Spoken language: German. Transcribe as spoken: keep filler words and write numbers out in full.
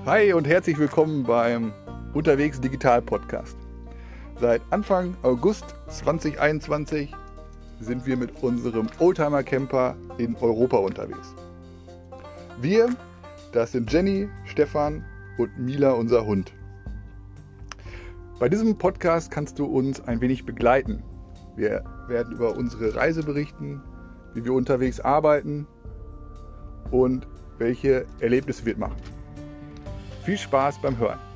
Hi und herzlich willkommen beim Unterwegs Digital Podcast. Seit Anfang August zwanzig einundzwanzig sind wir mit unserem Oldtimer Camper in Europa unterwegs. Wir, das sind Jenny, Stefan und Mila, unser Hund. Bei diesem Podcast kannst du uns ein wenig begleiten. Wir werden über unsere Reise berichten, wie wir unterwegs arbeiten und welche Erlebnisse wir machen. Viel Spaß beim Hören.